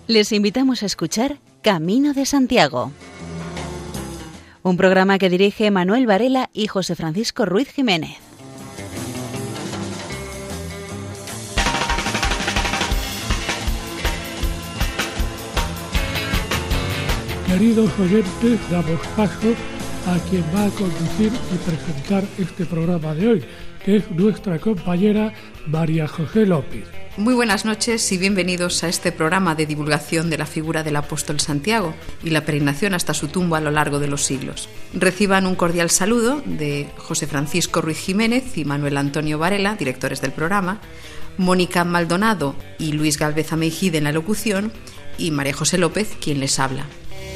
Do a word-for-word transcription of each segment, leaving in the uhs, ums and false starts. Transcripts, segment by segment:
Les invitamos a escuchar Camino de Santiago, un programa que dirige Manuel Varela y José Francisco Ruiz Jiménez. Queridos oyentes, damos paso a quien va a conducir y presentar este programa de hoy, que es nuestra compañera María José López. Muy buenas noches y bienvenidos a este programa de divulgación de la figura del apóstol Santiago y la peregrinación hasta su tumba a lo largo de los siglos. Reciban un cordial saludo de José Francisco Ruiz Jiménez y Manuel Antonio Varela, directores del programa, Mónica Maldonado y Luis Gálvez Ameijide en la locución y María José López, quien les habla.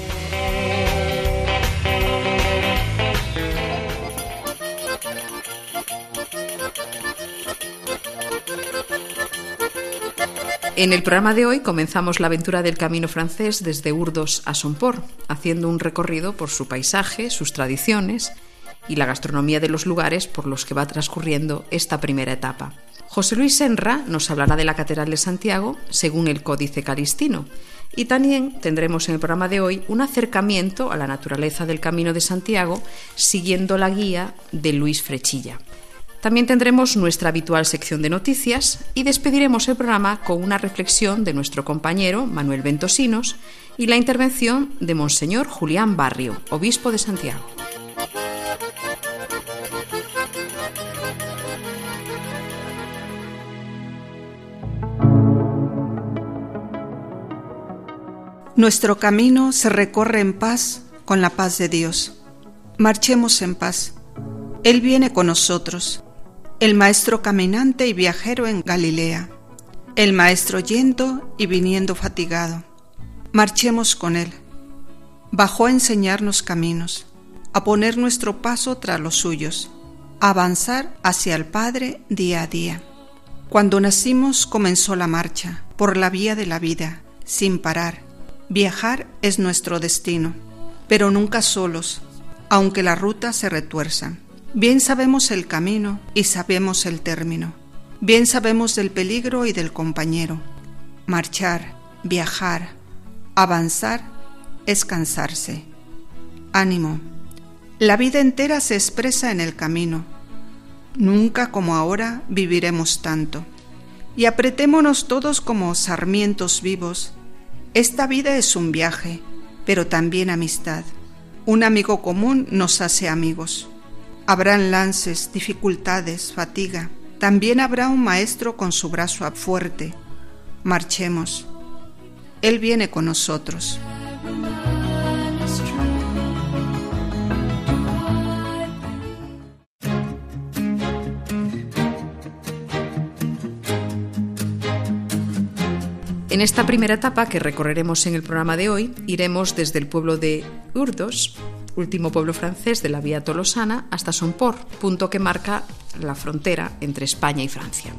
En el programa de hoy comenzamos la aventura del camino francés desde Urdos a Somport, haciendo un recorrido por su paisaje, sus tradiciones y la gastronomía de los lugares por los que va transcurriendo esta primera etapa. José Luis Senra nos hablará de la Catedral de Santiago según el Códice Calistino, y también tendremos en el programa de hoy un acercamiento a la naturaleza del Camino de Santiago siguiendo la guía de Luis Frechilla. También tendremos nuestra habitual sección de noticias y despediremos el programa con una reflexión de nuestro compañero Manuel Ventosinos y la intervención de Monseñor Julián Barrio, obispo de Santiago. Nuestro camino se recorre en paz con la paz de Dios. Marchemos en paz. Él viene con nosotros. El Maestro caminante y viajero en Galilea, el Maestro yendo y viniendo fatigado. Marchemos con Él. Bajó a enseñarnos caminos, a poner nuestro paso tras los suyos, a avanzar hacia el Padre día a día. Cuando nacimos comenzó la marcha por la vía de la vida, sin parar. Viajar es nuestro destino, pero nunca solos, aunque la ruta se retuerza. Bien sabemos el camino y sabemos el término. Bien sabemos del peligro y del compañero. Marchar, viajar, avanzar es cansarse. Ánimo. La vida entera se expresa en el camino. Nunca como ahora viviremos tanto. Y apretémonos todos como sarmientos vivos. Esta vida es un viaje, pero también amistad. Un amigo común nos hace amigos. Habrán lances, dificultades, fatiga. También habrá un maestro con su brazo fuerte. Marchemos. Él viene con nosotros. En esta primera etapa que recorreremos en el programa de hoy, iremos desde el pueblo de Urdos, último pueblo francés de la vía tolosana, hasta Somport, punto que marca la frontera entre España y Francia.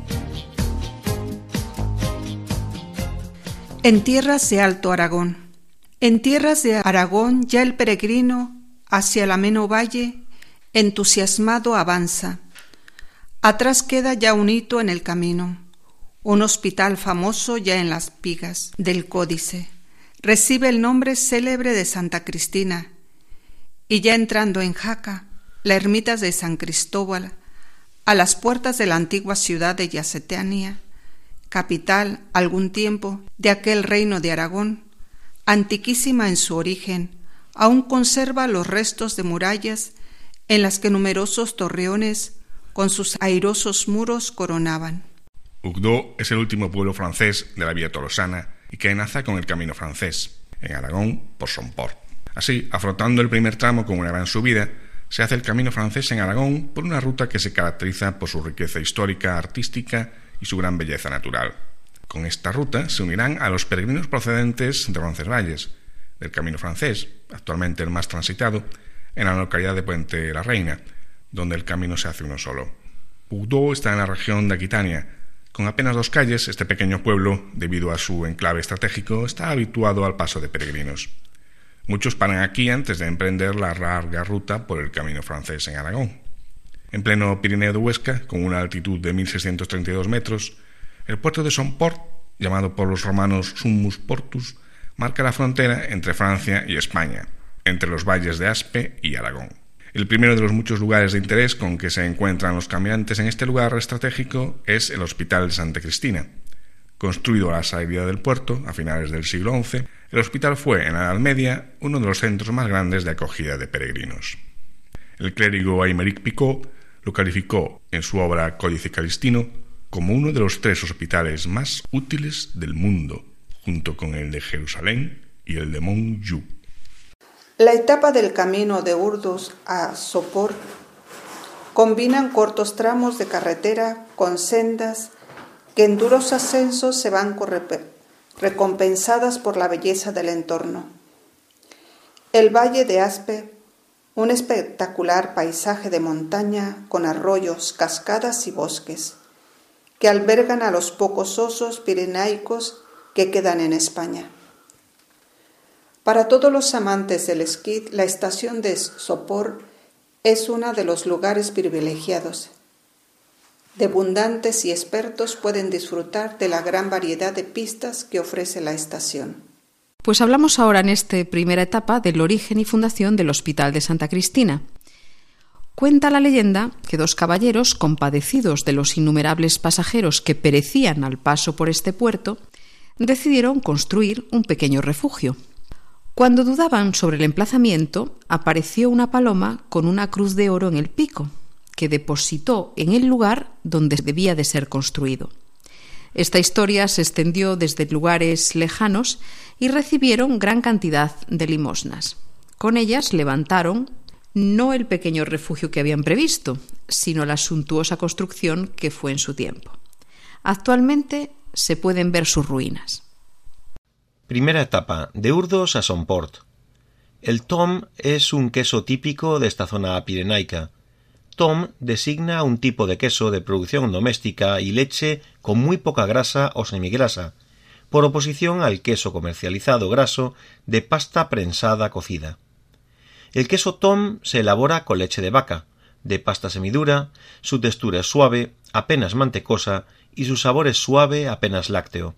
En tierras de Alto Aragón. En tierras de Aragón ya el peregrino hacia el ameno valle entusiasmado avanza. Atrás queda ya un hito en el camino, un hospital famoso ya en las vigas del Códice. Recibe el nombre célebre de Santa Cristina. Y ya entrando en Jaca, la ermita de San Cristóbal, a las puertas de la antigua ciudad de Yaceteania, capital algún tiempo de aquel reino de Aragón, antiquísima en su origen, aún conserva los restos de murallas en las que numerosos torreones con sus airosos muros coronaban. Urdos es el último pueblo francés de la vía tolosana y que enlaza con el camino francés, en Aragón por Somport. Así, afrontando el primer tramo con una gran subida, se hace el camino francés en Aragón por una ruta que se caracteriza por su riqueza histórica, artística y su gran belleza natural. Con esta ruta se unirán a los peregrinos procedentes de Roncesvalles, del camino francés, actualmente el más transitado, en la localidad de Puente la Reina, donde el camino se hace uno solo. Urdos está en la región de Aquitania. Con apenas dos calles, este pequeño pueblo, debido a su enclave estratégico, está habituado al paso de peregrinos. Muchos paran aquí antes de emprender la larga ruta por el camino francés en Aragón. En pleno Pirineo de Huesca, con una altitud de mil seiscientos treinta y dos metros, el puerto de Somport llamado por los romanos Summus Portus, marca la frontera entre Francia y España, entre los valles de Aspe y Aragón. El primero de los muchos lugares de interés con que se encuentran los caminantes en este lugar estratégico es el Hospital de Santa Cristina. Construido a la salida del puerto a finales del siglo once, el hospital fue en la Edad Media uno de los centros más grandes de acogida de peregrinos. El clérigo Aymeric Picot lo calificó en su obra Códice Calistino como uno de los tres hospitales más útiles del mundo, junto con el de Jerusalén y el de Montjuïc. La etapa del camino de Urdos a Sopor combinan cortos tramos de carretera con sendas que en duros ascensos se van recompensadas por la belleza del entorno. El valle de Aspe, un espectacular paisaje de montaña con arroyos, cascadas y bosques, que albergan a los pocos osos pirenaicos que quedan en España. Para todos los amantes del esquí, la estación de Sopor es uno de los lugares privilegiados. Debundantes y expertos pueden disfrutar de la gran variedad de pistas que ofrece la estación. Pues hablamos ahora en esta primera etapa del origen y fundación del Hospital de Santa Cristina. Cuenta la leyenda que dos caballeros, compadecidos de los innumerables pasajeros que perecían al paso por este puerto, decidieron construir un pequeño refugio. Cuando dudaban sobre el emplazamiento, apareció una paloma con una cruz de oro en el pico, que depositó en el lugar donde debía de ser construido. Esta historia se extendió desde lugares lejanos y recibieron gran cantidad de limosnas. Con ellas levantaron no el pequeño refugio que habían previsto, sino la suntuosa construcción que fue en su tiempo. Actualmente se pueden ver sus ruinas. Primera etapa, de Urdos a Somport. El tom es un queso típico de esta zona pirenaica. Tom designa un tipo de queso de producción doméstica y leche con muy poca grasa o semigrasa, por oposición al queso comercializado graso de pasta prensada cocida. El queso tom se elabora con leche de vaca, de pasta semidura, su textura es suave, apenas mantecosa y su sabor es suave, apenas lácteo.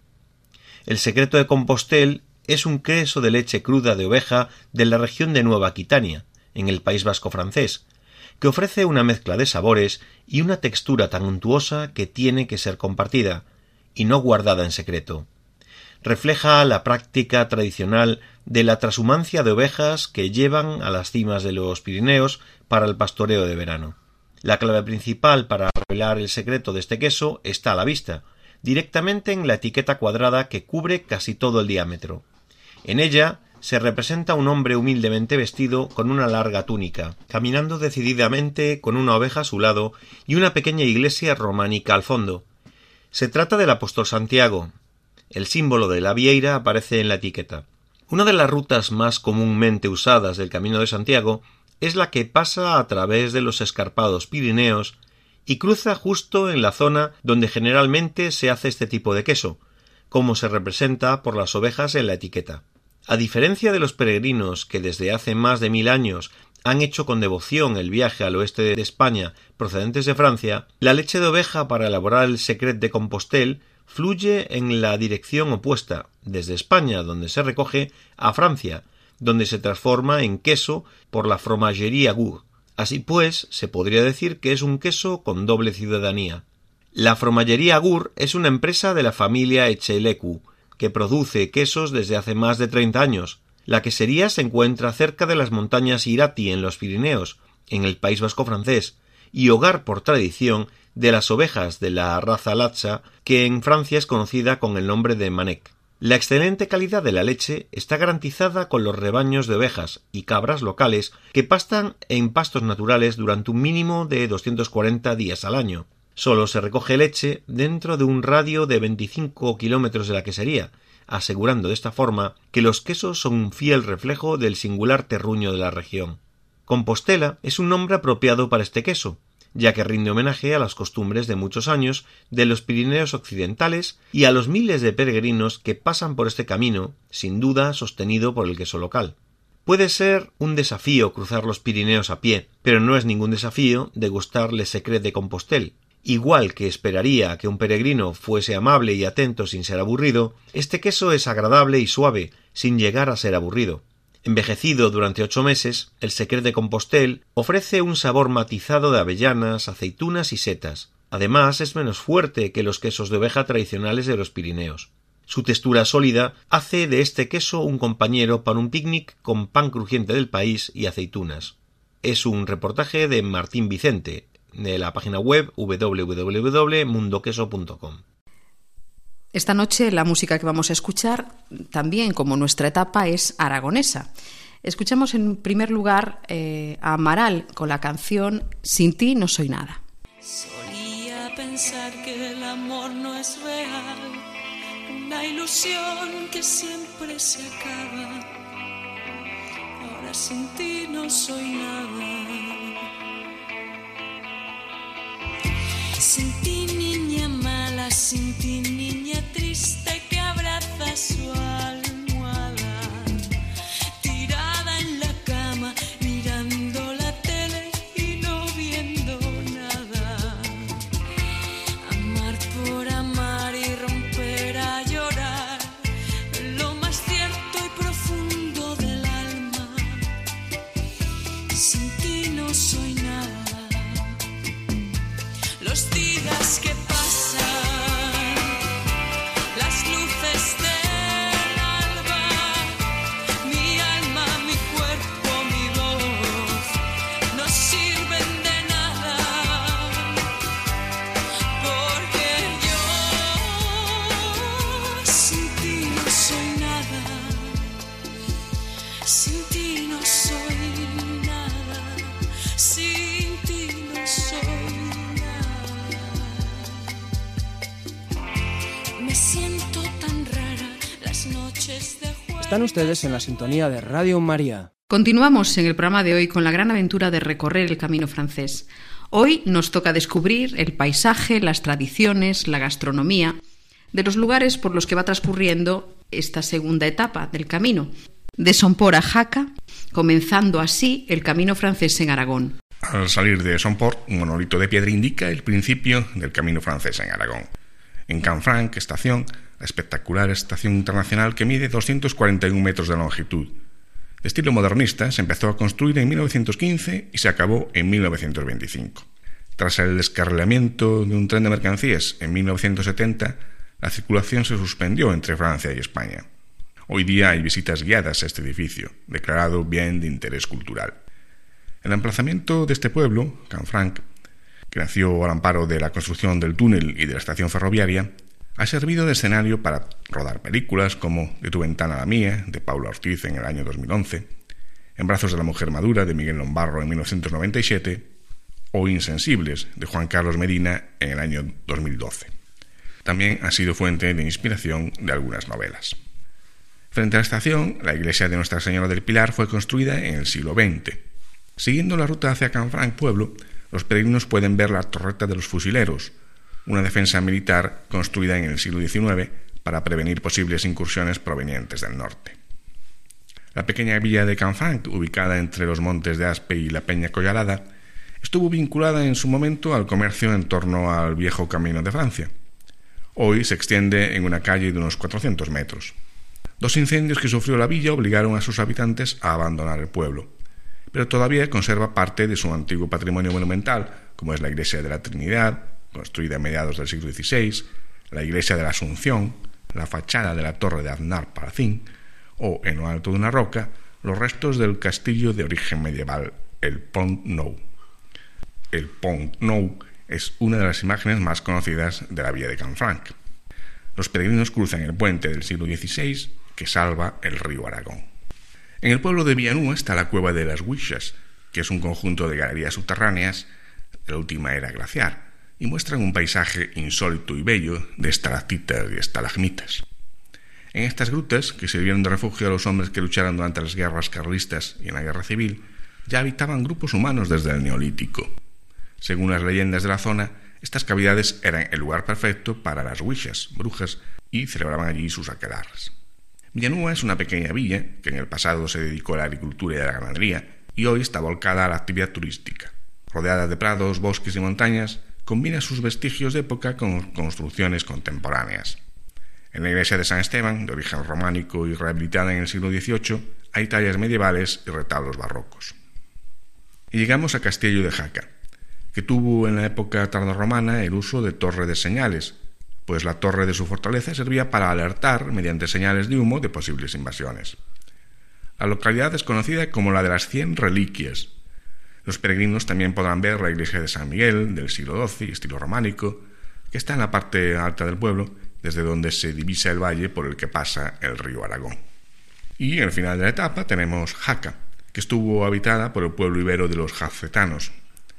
El secreto de Compostel es un queso de leche cruda de oveja de la región de Nueva Aquitania, en el País Vasco francés, que ofrece una mezcla de sabores y una textura tan untuosa que tiene que ser compartida, y no guardada en secreto. Refleja la práctica tradicional de la trashumancia de ovejas que llevan a las cimas de los Pirineos para el pastoreo de verano. La clave principal para revelar el secreto de este queso está a la vista, directamente en la etiqueta cuadrada que cubre casi todo el diámetro. En ella se representa un hombre humildemente vestido con una larga túnica, caminando decididamente con una oveja a su lado y una pequeña iglesia románica al fondo. Se trata del apóstol Santiago. El símbolo de la vieira aparece en la etiqueta. Una de las rutas más comúnmente usadas del Camino de Santiago es la que pasa a través de los escarpados Pirineos y cruza justo en la zona donde generalmente se hace este tipo de queso, como se representa por las ovejas en la etiqueta. A diferencia de los peregrinos que desde hace más de mil años han hecho con devoción el viaje al oeste de España procedentes de Francia, la leche de oveja para elaborar el Secret de Compostel fluye en la dirección opuesta, desde España, donde se recoge, a Francia, donde se transforma en queso por la Fromagerie Agur. Así pues, se podría decir que es un queso con doble ciudadanía. La Fromagerie Agur es una empresa de la familia Echelecu, que produce quesos desde hace más de treinta años. La quesería se encuentra cerca de las montañas Irati en los Pirineos, en el País Vasco francés, y hogar por tradición de las ovejas de la raza Lhatsa, que en Francia es conocida con el nombre de Manek. La excelente calidad de la leche está garantizada con los rebaños de ovejas y cabras locales que pastan en pastos naturales durante un mínimo de doscientos cuarenta días al año. Solo se recoge leche dentro de un radio de veinticinco kilómetros de la quesería, asegurando de esta forma que los quesos son un fiel reflejo del singular terruño de la región. Compostela es un nombre apropiado para este queso, ya que rinde homenaje a las costumbres de muchos años de los Pirineos occidentales y a los miles de peregrinos que pasan por este camino, sin duda sostenido por el queso local. Puede ser un desafío cruzar los Pirineos a pie, pero no es ningún desafío degustar Le Secret de Compostel, Igual que esperaría que un peregrino fuese amable y atento sin ser aburrido, este queso es agradable y suave, sin llegar a ser aburrido. Envejecido durante ocho meses, el Secret de Compostelle ofrece un sabor matizado de avellanas, aceitunas y setas. Además, es menos fuerte que los quesos de oveja tradicionales de los Pirineos. Su textura sólida hace de este queso un compañero para un picnic con pan crujiente del país y aceitunas. Es un reportaje de Martín Vicente, de la página web doble u doble u doble u punto mundo queso punto com. Esta noche la música que vamos a escuchar, también como nuestra etapa, es aragonesa. Escuchamos en primer lugar eh, a Amaral con la canción Sin ti no soy nada. Solía pensar que el amor no es real, una ilusión que siempre se acaba. Ahora sin ti no soy nada. Sin ti, niña mala, sin ti, niña triste que abraza su almohada, tirada en la cama, mirando la tele y no viendo nada. Amar por amar y romper a llorar, lo más cierto y profundo del alma. Sin ti no soy nada. Los días que pasan, las luces del alba, mi alma, mi cuerpo, mi voz, no sirven de nada, porque yo sin ti no soy nada, sin ti no soy nada, sin ti no soy nada. Me siento tan rara las noches de jueves. Están ustedes en la sintonía de Radio María. Continuamos en el programa de hoy con la gran aventura de recorrer el camino francés. Hoy nos toca descubrir el paisaje, las tradiciones, la gastronomía de los lugares por los que va transcurriendo esta segunda etapa del camino, de Somport a Jaca, comenzando así el camino francés en Aragón. Al salir de Somport, un monolito de piedra indica el principio del camino francés en Aragón. En Canfranc estación, la espectacular estación internacional que mide doscientos cuarenta y un metros de longitud. De estilo modernista, se empezó a construir en mil novecientos quince y se acabó en mil novecientos veinticinco. Tras el descarrilamiento de un tren de mercancías en mil novecientos setenta, la circulación se suspendió entre Francia y España. Hoy día hay visitas guiadas a este edificio, declarado bien de interés cultural. El emplazamiento de este pueblo, Canfranc, que nació al amparo de la construcción del túnel y de la estación ferroviaria, ha servido de escenario para rodar películas como De tu ventana a la mía, de Paula Ortiz en el año dos mil once, En brazos de la mujer madura, de Miguel Lombarro en mil novecientos noventa y siete, o Insensibles, de Juan Carlos Medina en el año dos mil doce. También ha sido fuente de inspiración de algunas novelas. Frente a la estación, la iglesia de Nuestra Señora del Pilar fue construida en el siglo veinte. Siguiendo la ruta hacia Canfranc pueblo, los peregrinos pueden ver la Torreta de los Fusileros, una defensa militar construida en el siglo diecinueve para prevenir posibles incursiones provenientes del norte. La pequeña villa de Canfranc, ubicada entre los montes de Aspe y la Peña Collarada, estuvo vinculada en su momento al comercio en torno al viejo camino de Francia. Hoy se extiende en una calle de unos cuatrocientos metros. Dos incendios que sufrió la villa obligaron a sus habitantes a abandonar el pueblo, pero todavía conserva parte de su antiguo patrimonio monumental, como es la iglesia de la Trinidad, construida a mediados del siglo dieciséis, la iglesia de la Asunción, la fachada de la torre de Aznar-Palacín, o, en lo alto de una roca, los restos del castillo de origen medieval, el Pont Nou. El Pont Nou es una de las imágenes más conocidas de la vía de Canfranc. Los peregrinos cruzan el puente del siglo dieciséis que salva el río Aragón. En el pueblo de Villanúa está la Cueva de las Huixas, que es un conjunto de galerías subterráneas de la última era glaciar, y muestran un paisaje insólito y bello de estalactitas y estalagmitas. En estas grutas, que sirvieron de refugio a los hombres que lucharon durante las guerras carlistas y en la guerra civil, ya habitaban grupos humanos desde el Neolítico. Según las leyendas de la zona, estas cavidades eran el lugar perfecto para las huixas, brujas, y celebraban allí sus aquelarres. Villanúa es una pequeña villa que en el pasado se dedicó a la agricultura y a la ganadería y hoy está volcada a la actividad turística. Rodeada de prados, bosques y montañas, combina sus vestigios de época con construcciones contemporáneas. En la iglesia de San Esteban, de origen románico y rehabilitada en el siglo dieciocho, hay tallas medievales y retablos barrocos. Y llegamos a Castillo de Jaca, que tuvo en la época tardorromana el uso de torre de señales, pues la torre de su fortaleza servía para alertar, mediante señales de humo, de posibles invasiones. La localidad es conocida como la de las Cien Reliquias. Los peregrinos también podrán ver la iglesia de San Miguel, del siglo doce y estilo románico, que está en la parte alta del pueblo, desde donde se divisa el valle por el que pasa el río Aragón. Y en el final de la etapa tenemos Jaca, que estuvo habitada por el pueblo ibero de los jacetanos.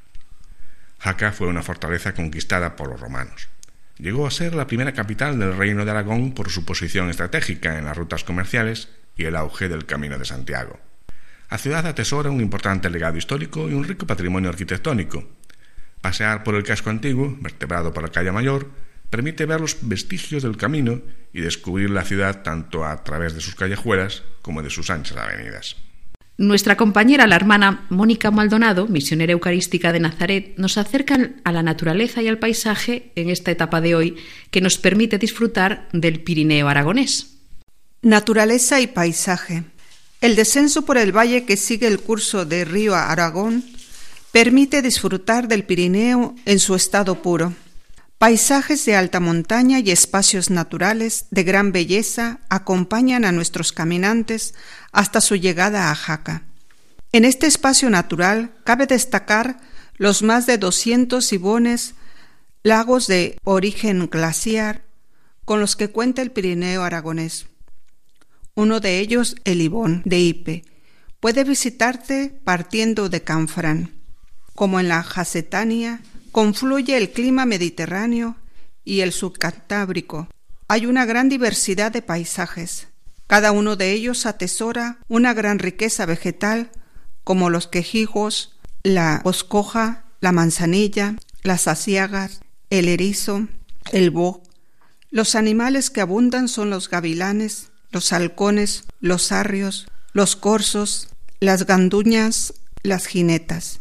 Jaca fue una fortaleza conquistada por los romanos. Llegó a ser la primera capital del Reino de Aragón por su posición estratégica en las rutas comerciales y el auge del Camino de Santiago. La ciudad atesora un importante legado histórico y un rico patrimonio arquitectónico. Pasear por el casco antiguo, vertebrado por la calle Mayor, permite ver los vestigios del camino y descubrir la ciudad tanto a través de sus callejuelas como de sus anchas avenidas. Nuestra compañera, la hermana Mónica Maldonado, misionera eucarística de Nazaret, nos acerca a la naturaleza y al paisaje en esta etapa de hoy que nos permite disfrutar del Pirineo aragonés. Naturaleza y paisaje. El descenso por el valle que sigue el curso del río Aragón permite disfrutar del Pirineo en su estado puro. Paisajes de alta montaña y espacios naturales de gran belleza acompañan a nuestros caminantes hasta su llegada a Jaca. En este espacio natural cabe destacar los más de doscientos ibones, lagos de origen glaciar, con los que cuenta el Pirineo aragonés. Uno de ellos, el Ibón de Ipe, puede visitarse partiendo de Canfrán. Como en la Jacetania, confluye el clima mediterráneo y el subcantábrico. Hay una gran diversidad de paisajes. Cada uno de ellos atesora una gran riqueza vegetal, como los quejigos, la boscoja, la manzanilla, las aciagas, el erizo, el boj. Los animales que abundan son los gavilanes, los halcones, los arrios, los corzos, las ganduñas, las jinetas.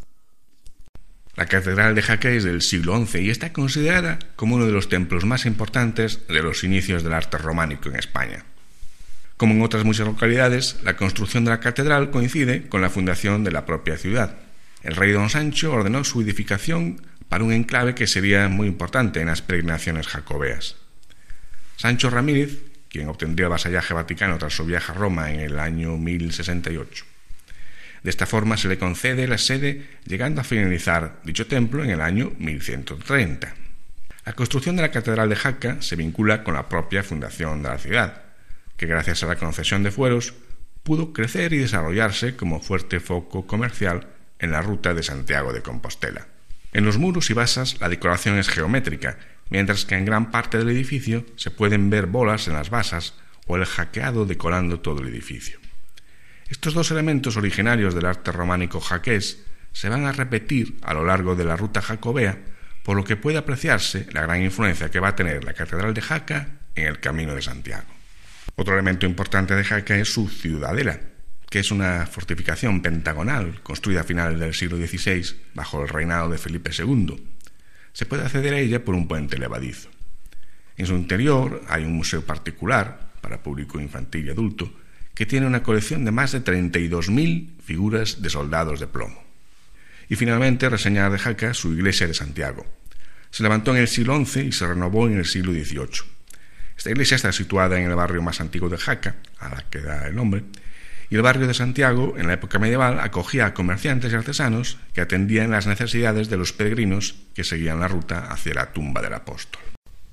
La Catedral de Jaca es del siglo once y está considerada como uno de los templos más importantes de los inicios del arte románico en España. Como en otras muchas localidades, la construcción de la catedral coincide con la fundación de la propia ciudad. El rey don Sancho ordenó su edificación para un enclave que sería muy importante en las peregrinaciones jacobeas. Sancho Ramírez, quien obtendría el vasallaje vaticano tras su viaje a Roma en el año mil sesenta y ocho. De esta forma se le concede la sede, llegando a finalizar dicho templo en el año mil ciento treinta. La construcción de la Catedral de Jaca se vincula con la propia fundación de la ciudad, que gracias a la concesión de fueros pudo crecer y desarrollarse como fuerte foco comercial en la ruta de Santiago de Compostela. En los muros y basas la decoración es geométrica, mientras que en gran parte del edificio se pueden ver bolas en las basas o el jaqueado decorando todo el edificio. Estos dos elementos originarios del arte románico jaqués se van a repetir a lo largo de la ruta jacobea, por lo que puede apreciarse la gran influencia que va a tener la Catedral de Jaca en el Camino de Santiago. Otro elemento importante de Jaca es su ciudadela, que es una fortificación pentagonal construida a finales del siglo dieciséis bajo el reinado de Felipe segundo. Se puede acceder a ella por un puente levadizo. En su interior hay un museo particular para público infantil y adulto que tiene una colección de más de treinta y dos mil figuras de soldados de plomo. Y finalmente reseñar de Jaca su iglesia de Santiago. Se levantó en el siglo once y se renovó en el siglo dieciocho. Esta iglesia está situada en el barrio más antiguo de Jaca, a la que da el nombre, y el barrio de Santiago, en la época medieval, acogía a comerciantes y artesanos que atendían las necesidades de los peregrinos que seguían la ruta hacia la tumba del apóstol.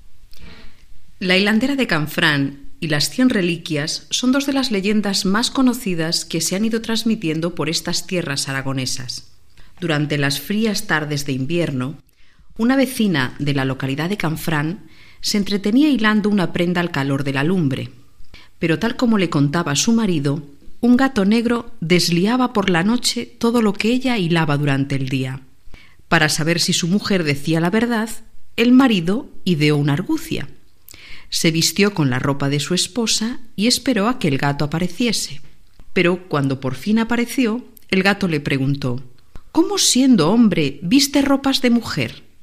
La hilandera de Canfrán y las Cien Reliquias son dos de las leyendas más conocidas que se han ido transmitiendo por estas tierras aragonesas. Durante las frías tardes de invierno, una vecina de la localidad de Canfrán se entretenía hilando una prenda al calor de la lumbre, pero tal como le contaba su marido, un gato negro desliaba por la noche todo lo que ella hilaba durante el día. Para saber si su mujer decía la verdad, el marido ideó una argucia. Se vistió con la ropa de su esposa y esperó a que el gato apareciese. Pero cuando por fin apareció, el gato le preguntó: «¿Cómo, siendo hombre, viste ropas de mujer?».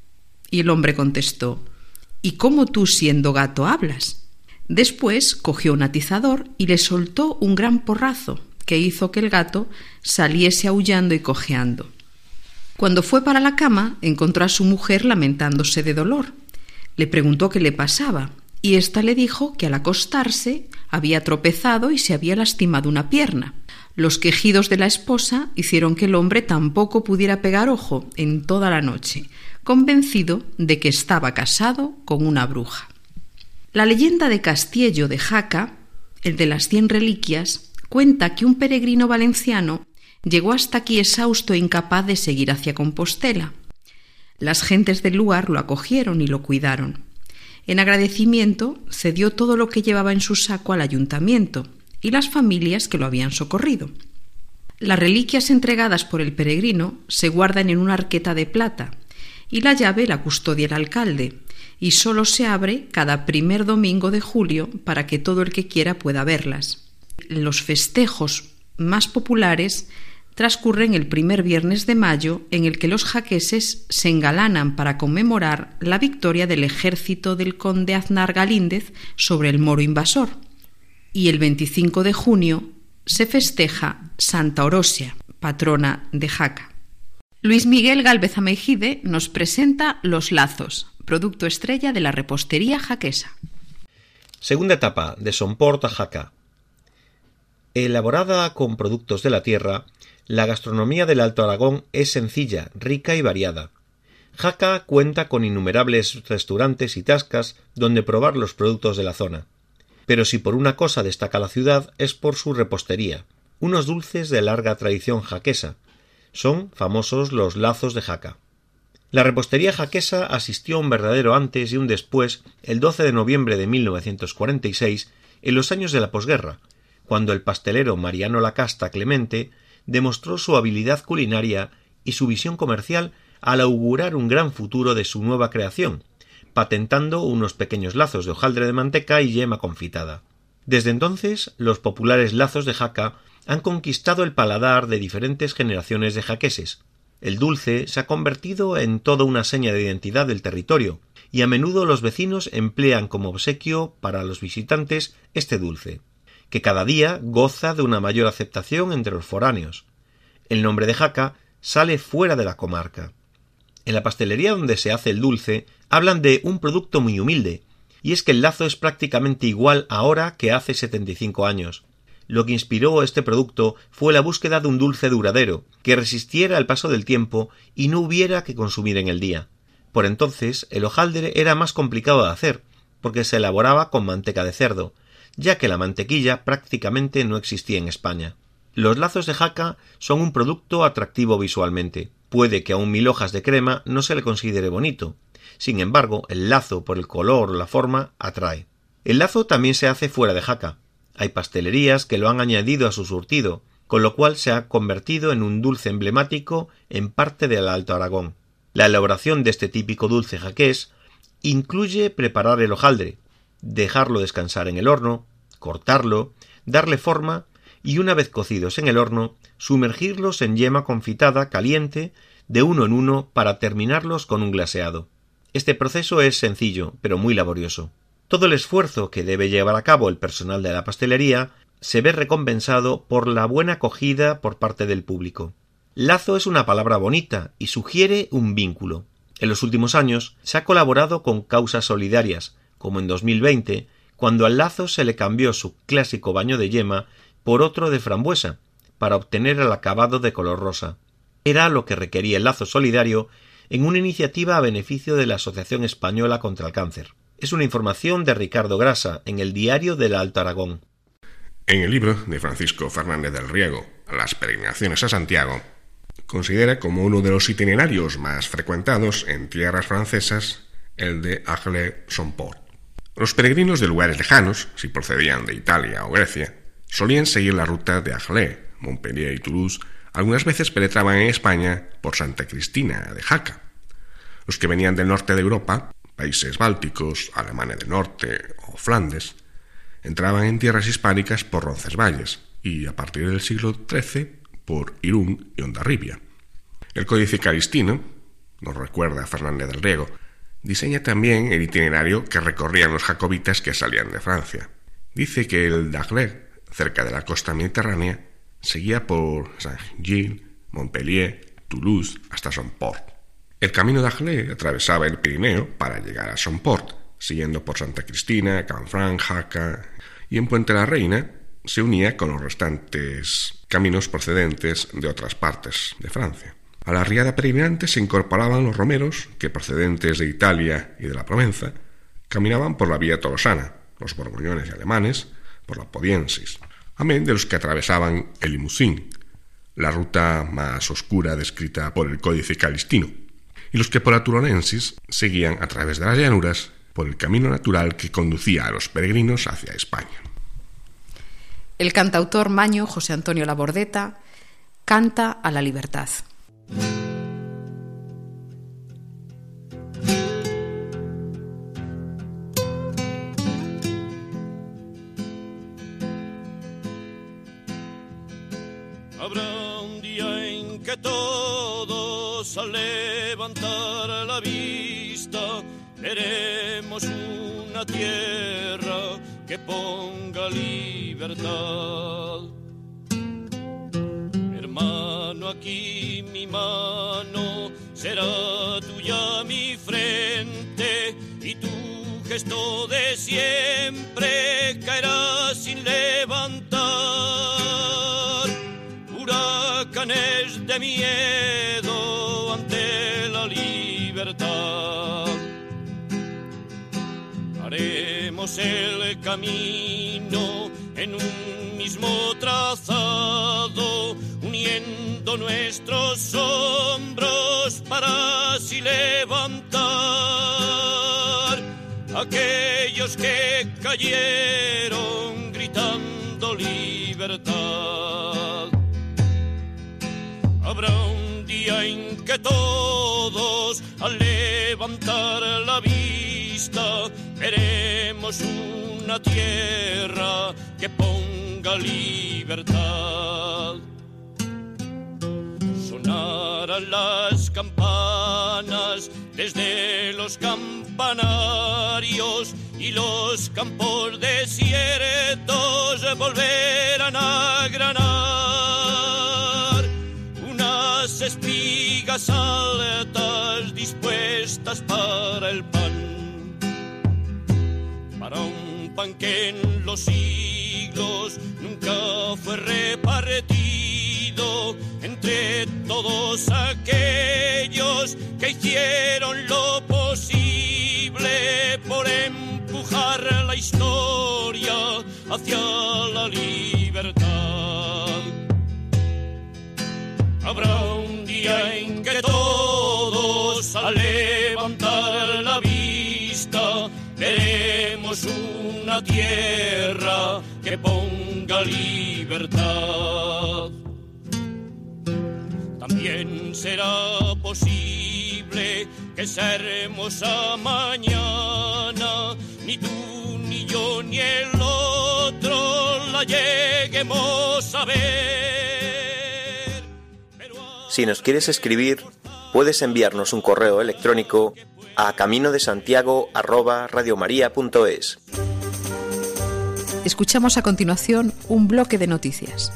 Y el hombre contestó: ¿y cómo tú, siendo gato, hablas? Después cogió un atizador y le soltó un gran porrazo que hizo que el gato saliese aullando y cojeando. Cuando fue para la cama, encontró a su mujer lamentándose de dolor. Le preguntó qué le pasaba, y ésta le dijo que al acostarse había tropezado y se había lastimado una pierna. Los quejidos de la esposa hicieron que el hombre tampoco pudiera pegar ojo en toda la noche, convencido de que estaba casado con una bruja. La leyenda de Castiello de Jaca, el de las cien reliquias, cuenta que un peregrino valenciano llegó hasta aquí exhausto e incapaz de seguir hacia Compostela. Las gentes del lugar lo acogieron y lo cuidaron. En agradecimiento cedió todo lo que llevaba en su saco al ayuntamiento y las familias que lo habían socorrido. Las reliquias entregadas por el peregrino se guardan en una arqueta de plata y la llave la custodia el alcalde, y sólo se abre cada primer domingo de julio para que todo el que quiera pueda verlas. Los festejos más populares transcurren el primer viernes de mayo, en el que los jaqueses se engalanan para conmemorar la victoria del ejército del conde Aznar Galíndez sobre el moro invasor. Y el veinticinco de junio se festeja Santa Orosia, patrona de Jaca. Luis Miguel Gálvez Ameijide nos presenta Los Lazos, producto estrella de la repostería jaquesa. Segunda etapa, de Somport a Jaca. Elaborada con productos de la tierra, la gastronomía del Alto Aragón es sencilla, rica y variada. Jaca cuenta con innumerables restaurantes y tascas donde probar los productos de la zona. Pero si por una cosa destaca la ciudad es por su repostería, unos dulces de larga tradición jaquesa. Son famosos los lazos de Jaca. La repostería jaquesa asistió a un verdadero antes y un después el doce de noviembre de mil novecientos cuarenta y seis, en los años de la posguerra, cuando el pastelero Mariano Lacasta Clemente demostró su habilidad culinaria y su visión comercial al augurar un gran futuro de su nueva creación, patentando unos pequeños lazos de hojaldre de manteca y yema confitada. Desde entonces, los populares lazos de Jaca han conquistado el paladar de diferentes generaciones de jaqueses. El dulce se ha convertido en toda una seña de identidad del territorio, y a menudo los vecinos emplean como obsequio para los visitantes este dulce, que cada día goza de una mayor aceptación entre los foráneos. El nombre de Jaca sale fuera de la comarca. En la pastelería donde se hace el dulce hablan de un producto muy humilde, y es que el lazo es prácticamente igual ahora que hace setenta y cinco años. Lo que inspiró este producto fue la búsqueda de un dulce duradero, que resistiera el paso del tiempo y no hubiera que consumir en el día. Por entonces, el hojaldre era más complicado de hacer, porque se elaboraba con manteca de cerdo, ya que la mantequilla prácticamente no existía en España. Los lazos de Jaca son un producto atractivo visualmente. Puede que a un mil hojas de crema no se le considere bonito. Sin embargo, el lazo, por el color o la forma, atrae. El lazo también se hace fuera de Jaca. Hay pastelerías que lo han añadido a su surtido, con lo cual se ha convertido en un dulce emblemático en parte del Alto Aragón. La elaboración de este típico dulce jaqués incluye preparar el hojaldre, dejarlo descansar en el horno, cortarlo, darle forma y una vez cocidos en el horno, sumergirlos en yema confitada caliente de uno en uno para terminarlos con un glaseado. Este proceso es sencillo, pero muy laborioso. Todo el esfuerzo que debe llevar a cabo el personal de la pastelería se ve recompensado por la buena acogida por parte del público. Lazo es una palabra bonita y sugiere un vínculo. En los últimos años se ha colaborado con causas solidarias, como en dos mil veinte, cuando al lazo se le cambió su clásico baño de yema por otro de frambuesa, para obtener el acabado de color rosa. Era lo que requería el lazo solidario en una iniciativa a beneficio de la Asociación Española contra el Cáncer. Es una información de Ricardo Grasa en el Diario del Alto Aragón. En el libro de Francisco Fernández del Riego, Las peregrinaciones a Santiago, considera como uno de los itinerarios más frecuentados en tierras francesas el de Agles-Somport. Los peregrinos de lugares lejanos, si procedían de Italia o Grecia, solían seguir la ruta de Agles, Montpellier y Toulouse. Algunas veces penetraban en España por Santa Cristina de Jaca. Los que venían del norte de Europa, países bálticos, Alemania del Norte o Flandes, entraban en tierras hispánicas por Roncesvalles y, a partir del siglo trece, por Irún y Hondarribia. El Códice Calistino, nos recuerda Fernández del Riego, Diseña también el itinerario que recorrían los jacobitas que salían de Francia. Dice que el Daguerre, cerca de la costa mediterránea, seguía por Saint-Gilles, Montpellier, Toulouse hasta Somport. El camino Daguerre atravesaba el Pirineo para llegar a Somport, siguiendo por Santa Cristina, Canfranc, Jaca, y en Puente la Reina se unía con los restantes caminos procedentes de otras partes de Francia. A la riada peregrinante se incorporaban los romeros que, procedentes de Italia y de la Provenza, caminaban por la vía tolosana, los borgoñones y alemanes por la Podiensis, amén de los que atravesaban el Limousin, la ruta más oscura descrita por el Códice Calistino, y los que por la Turonensis seguían a través de las llanuras por el camino natural que conducía a los peregrinos hacia España. El cantautor maño José Antonio Labordeta canta a la libertad. Habrá un día en que todos al levantar la vista veremos una tierra que ponga libertad. Hermano, aquí mi mano será tuya mi frente y tu gesto de siempre caerá sin levantar huracanes de miedo ante la libertad. Haremos el camino en un mismo trazado, uniendo nuestros hombros para así levantar aquellos que cayeron gritando libertad. Habrá un día en que todos al levantar la vista veremos una tierra que ponga libertad. Sonarán las campanas desde los campanarios y los campos desiertos volverán a granar unas espigas altas dispuestas para el pan, para un pan que en los siglos nunca fue repartido entre todos aquellos que hicieron lo posible por empujar la historia hacia la libertad. Habrá un día en que todos al levantar la vista veremos una tierra que ponga libertad. También será posible que esa hermosa mañana ni tú, ni yo, ni el otro la lleguemos a ver. Pero... Si nos quieres escribir, puedes enviarnos un correo electrónico a caminodesantiago arroba radiomaria punto es. Escuchamos a continuación un bloque de noticias.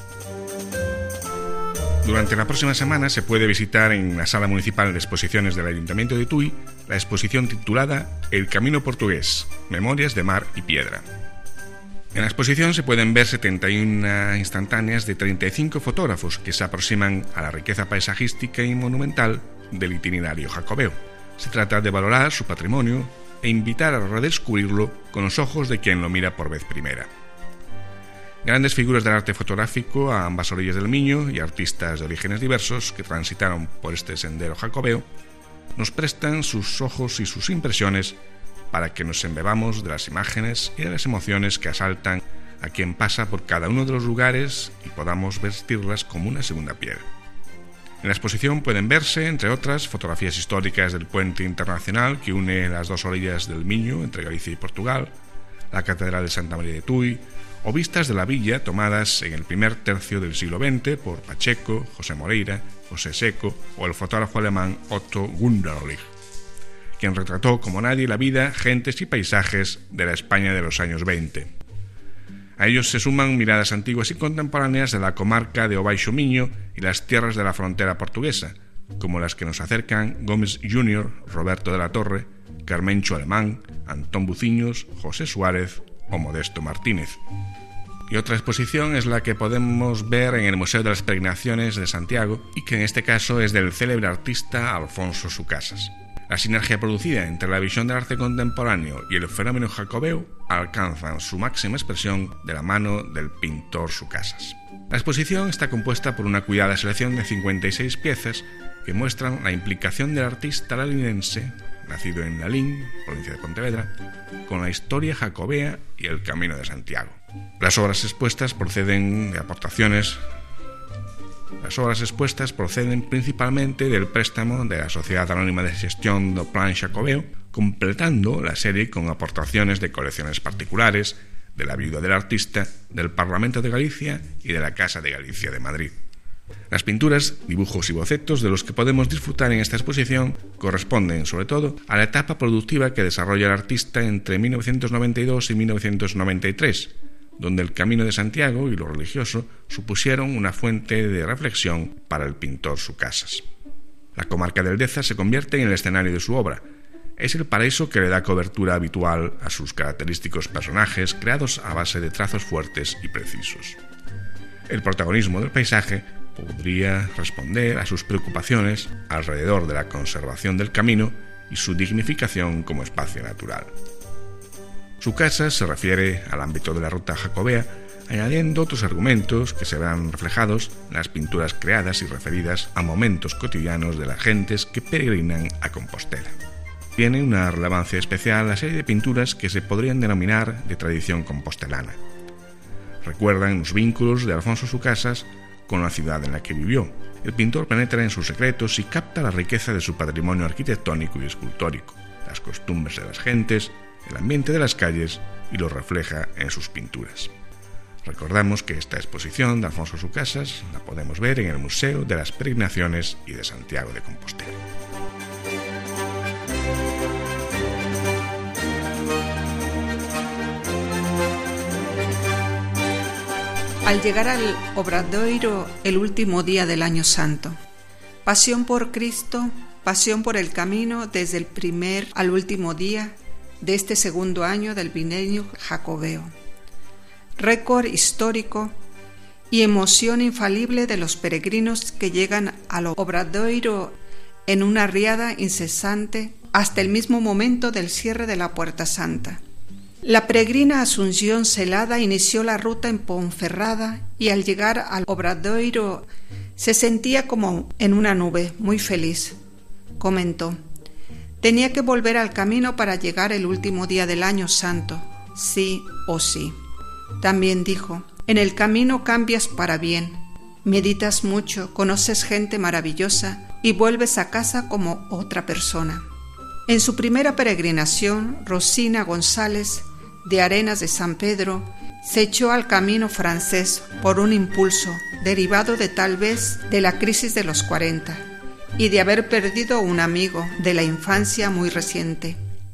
Durante la próxima semana se puede visitar en la Sala Municipal de Exposiciones del Ayuntamiento de Tui la exposición titulada El Camino Portugués, Memorias de Mar y Piedra. En la exposición se pueden ver setenta y una instantáneas de treinta y cinco fotógrafos que se aproximan a la riqueza paisajística y monumental del itinerario jacobeo. Se trata de valorar su patrimonio e invitar a redescubrirlo con los ojos de quien lo mira por vez primera. Grandes figuras del arte fotográfico a ambas orillas del Miño y artistas de orígenes diversos que transitaron por este sendero jacobeo nos prestan sus ojos y sus impresiones para que nos embebamos de las imágenes y de las emociones que asaltan a quien pasa por cada uno de los lugares y podamos vestirlas como una segunda piel. En la exposición pueden verse, entre otras, fotografías históricas del puente internacional que une las dos orillas del Miño entre Galicia y Portugal, la Catedral de Santa María de Tui, o vistas de la villa tomadas en el primer tercio del siglo veinte por Pacheco, José Moreira, José Seco o el fotógrafo alemán Otto Gunderlich. quien retrató como nadie la vida, gentes y paisajes de la España de los años veinte. A ellos se suman miradas antiguas y contemporáneas de la comarca de O Baixo Miño y las tierras de la frontera portuguesa, como las que nos acercan Gómez junior, Roberto de la Torre, Carmencho Alemán, Antón Buciños, José Suárez o Modesto Martínez. Y otra exposición es la que podemos ver en el Museo de las Peregrinaciones de Santiago y que en este caso es del célebre artista Alfonso Sucasas. La sinergia producida entre la visión del arte contemporáneo y el fenómeno jacobeo alcanzan su máxima expresión de la mano del pintor Sucasas. La exposición está compuesta por una cuidada selección de cincuenta y seis piezas que muestran la implicación del artista lalinense, nacido en Lalín, provincia de Pontevedra, con la historia jacobea y el Camino de Santiago. Las obras expuestas proceden de aportaciones Las obras expuestas proceden principalmente del préstamo de la Sociedad Anónima de Gestión do Plan Xacobeo, completando la serie con aportaciones de colecciones particulares, de la viuda del artista, del Parlamento de Galicia y de la Casa de Galicia de Madrid. Las pinturas, dibujos y bocetos de los que podemos disfrutar en esta exposición corresponden, sobre todo, a la etapa productiva que desarrolla el artista entre mil novecientos noventa y dos y mil novecientos noventa y tres, donde el Camino de Santiago y lo religioso supusieron una fuente de reflexión para el pintor Sucasas. La comarca del Deza se convierte en el escenario de su obra. Es el paraíso que le da cobertura habitual a sus característicos personajes creados a base de trazos fuertes y precisos. El protagonismo del paisaje podría responder a sus preocupaciones alrededor de la conservación del camino y su dignificación como espacio natural. Sucasas se refiere al ámbito de la ruta jacobea, añadiendo otros argumentos que se verán reflejados en las pinturas creadas y referidas a momentos cotidianos de las gentes que peregrinan a Compostela. Tiene una relevancia especial la serie de pinturas que se podrían denominar de tradición compostelana. Recuerdan los vínculos de Alfonso Sucasas con la ciudad en la que vivió. El pintor penetra en sus secretos y capta la riqueza de su patrimonio arquitectónico y escultórico, las costumbres de las gentes, el ambiente de las calles y lo refleja en sus pinturas. Recordamos que esta exposición de Alfonso Sucasas la podemos ver en el Museo de las Peregrinaciones y de Santiago de Compostela. Al llegar al Obradoiro el último día del Año Santo, pasión por Cristo, pasión por el camino desde el primer al último día de este segundo año del bienio jacobeo. Récord histórico y emoción infalible de los peregrinos que llegan al Obradoiro en una riada incesante hasta el mismo momento del cierre de la Puerta Santa. La peregrina Asunción Celada inició la ruta en Ponferrada y al llegar al Obradoiro se sentía como en una nube, muy feliz. Comentó: tenía que volver al camino para llegar el último día del Año Santo, sí o sí. También dijo: en el camino cambias para bien, meditas mucho, conoces gente maravillosa y vuelves a casa como otra persona. En su primera peregrinación, Rosina González, de Arenas de San Pedro, se echó al camino francés por un impulso derivado de tal vez de la crisis de los cuarenta y de haber perdido un amigo de la infancia muy reciente.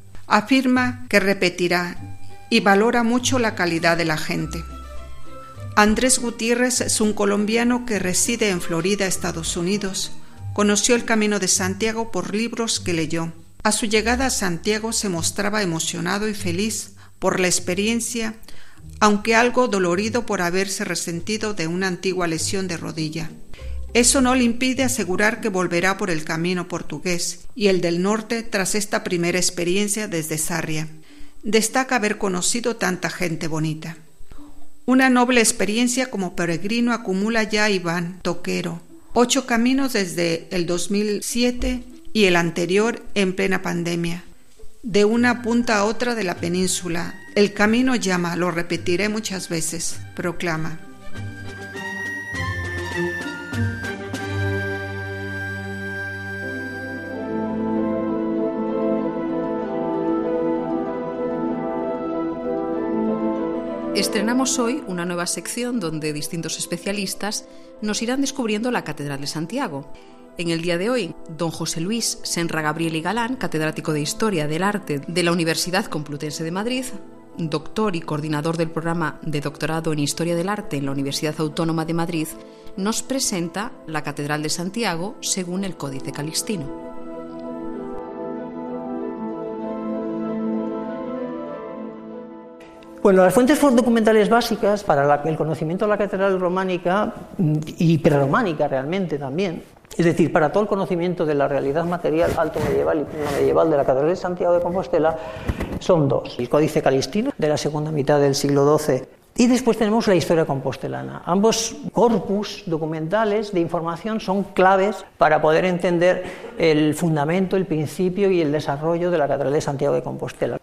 Afirma que repetirá y valora mucho la calidad de la gente. Andrés Gutiérrez es un colombiano que reside en Florida, Estados Unidos. Conoció el Camino de Santiago por libros que leyó. A su llegada a Santiago se mostraba emocionado y feliz por la experiencia, aunque algo dolorido por haberse resentido de una antigua lesión de rodilla. Eso no le impide asegurar que volverá por el camino portugués y el del norte tras esta primera experiencia desde Sarria. Destaca haber conocido tanta gente bonita. Una noble experiencia como peregrino acumula ya Iván Toquero, ocho caminos desde el dos mil siete y el anterior en plena pandemia. De una punta a otra de la península, el camino llama, lo repetiré muchas veces, proclama. Estrenamos hoy una nueva sección donde distintos especialistas nos irán descubriendo la Catedral de Santiago. En el día de hoy don José Luis Senra Gabriel y Galán, catedrático de Historia del Arte de la Universidad Complutense de Madrid, doctor y coordinador del programa de doctorado en Historia del Arte en la Universidad Autónoma de Madrid, nos presenta la Catedral de Santiago según el Códice Calixtino. Bueno, las fuentes documentales básicas para la, el conocimiento de la catedral románica y prerrománica realmente también, es decir, para todo el conocimiento de la realidad material alto medieval y pleno medieval de la catedral de Santiago de Compostela, son dos: el Códice Calixtino de la segunda mitad del siglo doce y después tenemos la historia compostelana. Ambos corpus documentales de información son claves para poder entender el fundamento, el principio y el desarrollo de la catedral de Santiago de Compostela.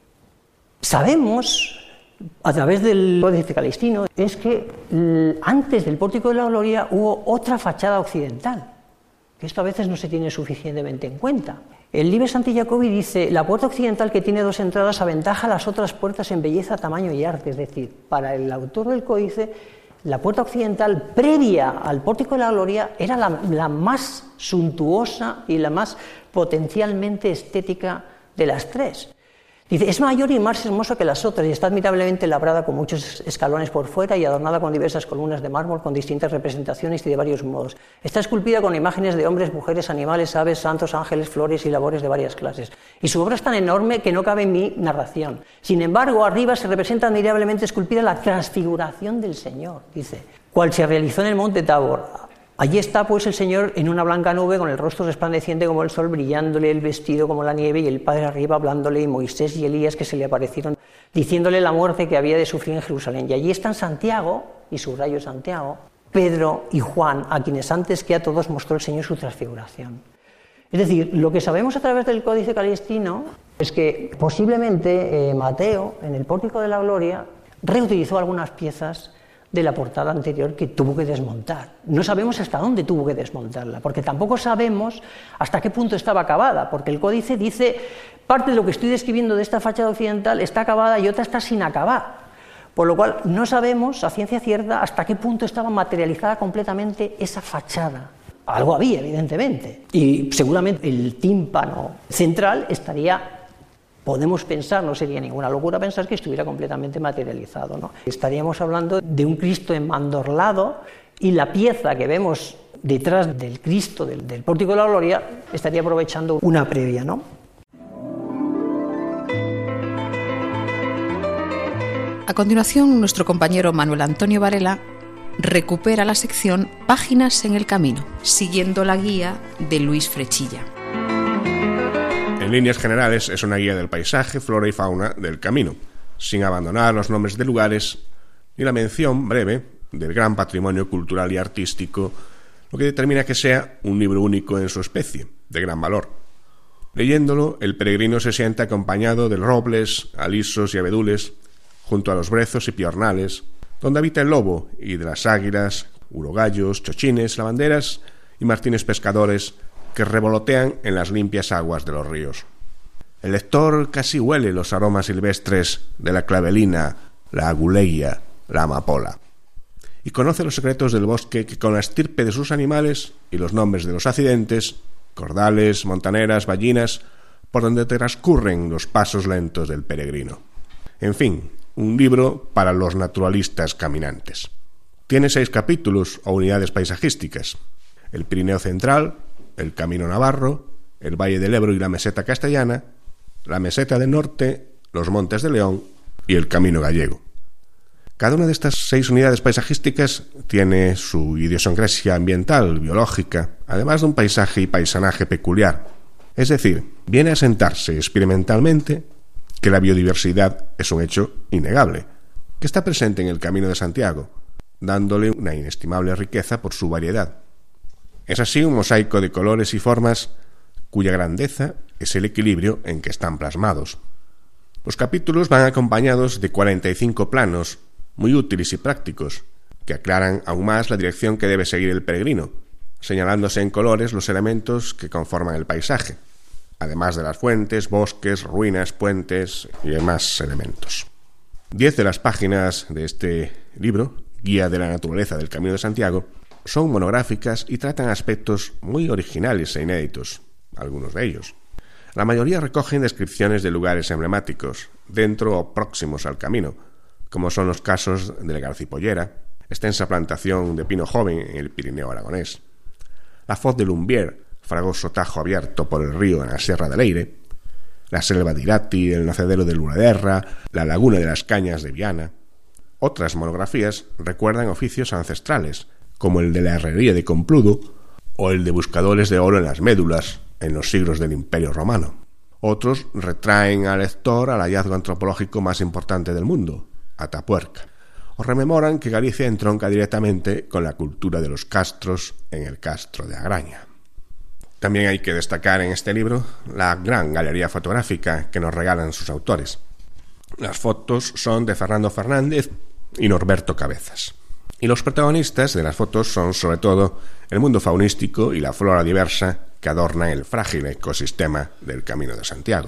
Sabemos, a través del Códice Calixtino, es que antes del Pórtico de la Gloria hubo otra fachada occidental, que esto a veces no se tiene suficientemente en cuenta. El Liber Sancti Jacobi dice: la puerta occidental, que tiene dos entradas, aventaja a las otras puertas en belleza, tamaño y arte. Es decir, para el autor del códice, la puerta occidental previa al Pórtico de la Gloria era la, la más suntuosa y la más potencialmente estética de las tres. Dice: es mayor y más hermosa que las otras y está admirablemente labrada con muchos escalones por fuera y adornada con diversas columnas de mármol con distintas representaciones y de varios modos. Está esculpida con imágenes de hombres, mujeres, animales, aves, santos, ángeles, flores y labores de varias clases. Y su obra es tan enorme que no cabe en mi narración. Sin embargo, arriba se representa admirablemente esculpida la transfiguración del Señor, dice, cual se realizó en el monte Tabor. Allí está pues el Señor en una blanca nube, con el rostro resplandeciente como el sol, brillándole el vestido como la nieve, y el Padre arriba hablándole, y Moisés y Elías que se le aparecieron, diciéndole la muerte que había de sufrir en Jerusalén. Y allí están Santiago, y subrayo Santiago, Pedro y Juan, a quienes antes que a todos mostró el Señor su transfiguración. Es decir, lo que sabemos a través del Códice Calixtino es que posiblemente eh, Mateo, en el Pórtico de la Gloria, reutilizó algunas piezas de la portada anterior que tuvo que desmontar. No sabemos hasta dónde tuvo que desmontarla, porque tampoco sabemos hasta qué punto estaba acabada, porque el códice dice: parte de lo que estoy describiendo de esta fachada occidental está acabada y otra está sin acabar, por lo cual no sabemos a ciencia cierta hasta qué punto estaba materializada completamente esa fachada. Algo había, evidentemente, y seguramente el tímpano central estaría, podemos pensar, no sería ninguna locura pensar que estuviera completamente materializado, ¿no? Estaríamos hablando de un Cristo enmandorlado, y la pieza que vemos detrás del Cristo del, del Pórtico de la Gloria estaría aprovechando una previa, ¿no? A continuación, nuestro compañero Manuel Antonio Varela recupera la sección Páginas en el Camino, siguiendo la guía de Luis Frechilla. En líneas generales es una guía del paisaje, flora y fauna del camino, sin abandonar los nombres de lugares ni la mención breve del gran patrimonio cultural y artístico, lo que determina que sea un libro único en su especie, de gran valor. Leyéndolo, el peregrino se siente acompañado de robles, alisos y abedules, junto a los brezos y piornales, donde habita el lobo, y de las águilas, urogallos, chochines, lavanderas y martines pescadores que revolotean en las limpias aguas de los ríos. El lector casi huele los aromas silvestres de la clavelina, la aguleia, la amapola, y conoce los secretos del bosque que, con la estirpe de sus animales y los nombres de los accidentes, cordales, montaneras, ballinas, por donde transcurren los pasos lentos del peregrino. En fin, un libro para los naturalistas caminantes. Tiene seis capítulos o unidades paisajísticas: el Pirineo Central, el Camino Navarro, el Valle del Ebro y la Meseta Castellana, la Meseta del Norte, los Montes de León y el Camino Gallego. Cada una de estas seis unidades paisajísticas tiene su idiosincrasia ambiental, biológica, además de un paisaje y paisanaje peculiar. Es decir, viene a sentarse experimentalmente que la biodiversidad es un hecho innegable, que está presente en el Camino de Santiago, dándole una inestimable riqueza por su variedad. Es así un mosaico de colores y formas cuya grandeza es el equilibrio en que están plasmados. Los capítulos van acompañados de cuarenta y cinco planos, muy útiles y prácticos, que aclaran aún más la dirección que debe seguir el peregrino, señalándose en colores los elementos que conforman el paisaje, además de las fuentes, bosques, ruinas, puentes y demás elementos. Diez de las páginas de este libro, Guía de la Naturaleza del Camino de Santiago, son monográficas y tratan aspectos muy originales e inéditos, algunos de ellos. La mayoría recogen descripciones de lugares emblemáticos, dentro o próximos al camino, como son los casos de la Garcipollera, extensa plantación de pino joven en el Pirineo aragonés, la Foz de Lumbier, fragoso tajo abierto por el río en la Sierra de Leire, la selva de Irati, el nacedero de Lunaderra, la laguna de las Cañas de Viana. Otras monografías recuerdan oficios ancestrales, como el de la herrería de Compludo o el de buscadores de oro en las médulas en los siglos del Imperio Romano. Otros retraen al lector al hallazgo antropológico más importante del mundo, Atapuerca, o rememoran que Galicia entronca directamente con la cultura de los castros en el castro de Agraña. También hay que destacar en este libro la gran galería fotográfica que nos regalan sus autores. Las fotos son de Fernando Fernández y Norberto Cabezas. Y los protagonistas de las fotos son sobre todo el mundo faunístico y la flora diversa que adornan el frágil ecosistema del Camino de Santiago.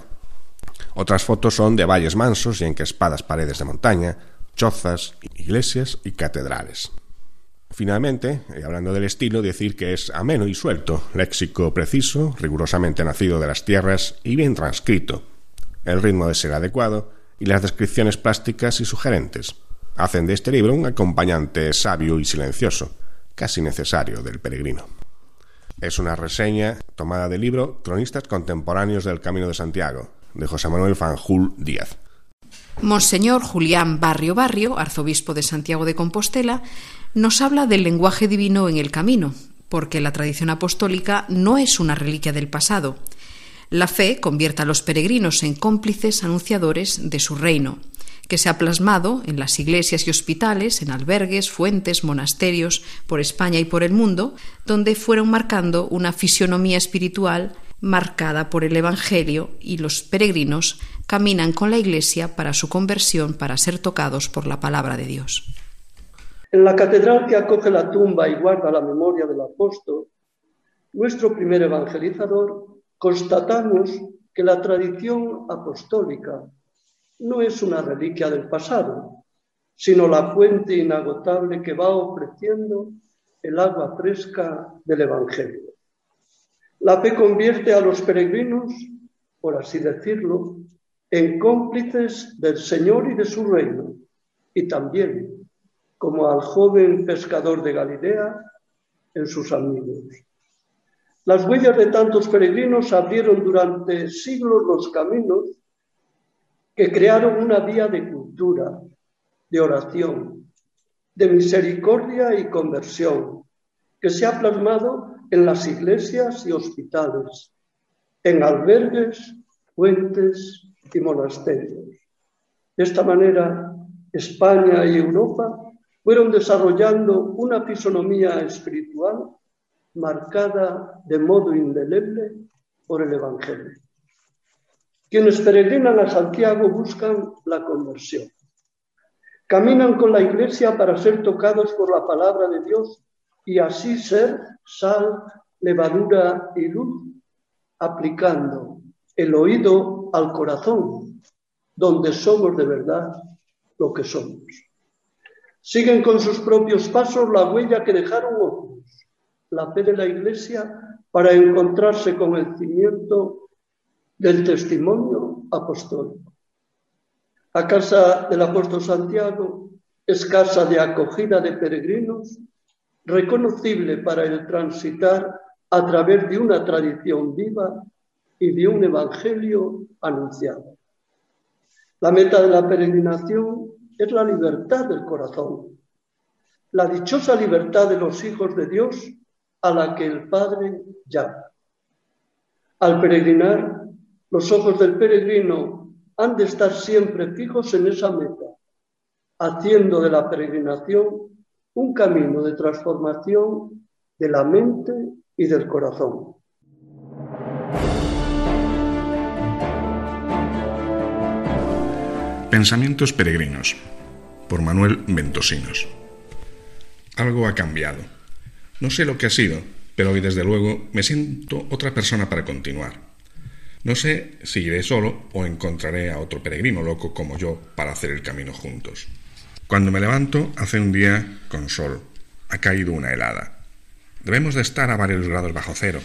Otras fotos son de valles mansos y encrespadas paredes de montaña, chozas, iglesias y catedrales. Finalmente, y hablando del estilo, decir que es ameno y suelto, léxico preciso, rigurosamente nacido de las tierras y bien transcrito. El ritmo de ser adecuado y las descripciones plásticas y sugerentes hacen de este libro un acompañante sabio y silencioso, casi necesario del peregrino. Es una reseña tomada del libro Cronistas contemporáneos del Camino de Santiago, de José Manuel Fanjul Díaz. Monseñor Julián Barrio Barrio, arzobispo de Santiago de Compostela, nos habla del lenguaje divino en el camino, porque la tradición apostólica no es una reliquia del pasado. La fe convierte a los peregrinos en cómplices anunciadores de su reino, que se ha plasmado en las iglesias y hospitales, en albergues, fuentes, monasterios, por España y por el mundo, donde fueron marcando una fisionomía espiritual marcada por el Evangelio, y los peregrinos caminan con la Iglesia para su conversión, para ser tocados por la palabra de Dios. En la catedral que acoge la tumba y guarda la memoria del apóstol, nuestro primer evangelizador, constatamos que la tradición apostólica no es una reliquia del pasado, sino la fuente inagotable que va ofreciendo el agua fresca del Evangelio. La fe convierte a los peregrinos, por así decirlo, en cómplices del Señor y de su reino, y también, como al joven pescador de Galilea, en sus amigos. Las huellas de tantos peregrinos abrieron durante siglos los caminos que crearon una vía de cultura, de oración, de misericordia y conversión, que se ha plasmado en las iglesias y hospitales, en albergues, fuentes y monasterios. De esta manera, España y Europa fueron desarrollando una fisonomía espiritual marcada de modo indeleble por el Evangelio. Quienes peregrinan a Santiago buscan la conversión. Caminan con la Iglesia para ser tocados por la palabra de Dios y así ser sal, levadura y luz, aplicando el oído al corazón, donde somos de verdad lo que somos. Siguen con sus propios pasos la huella que dejaron otros, la fe de la Iglesia, para encontrarse con el cimiento del testimonio apostólico. La casa del apóstol Santiago es casa de acogida de peregrinos, reconocible para el transitar a través de una tradición viva y de un evangelio anunciado. La meta de la peregrinación es la libertad del corazón, la dichosa libertad de los hijos de Dios a la que el Padre llama. Al peregrinar, los ojos del peregrino han de estar siempre fijos en esa meta, haciendo de la peregrinación un camino de transformación de la mente y del corazón. Pensamientos peregrinos, por Manuel Ventosinos. Algo ha cambiado. No sé lo que ha sido, pero hoy desde luego me siento otra persona para continuar. No sé si iré solo o encontraré a otro peregrino loco como yo para hacer el camino juntos. Cuando me levanto hace un día con sol. Ha caído una helada. Debemos de estar a varios grados bajo cero.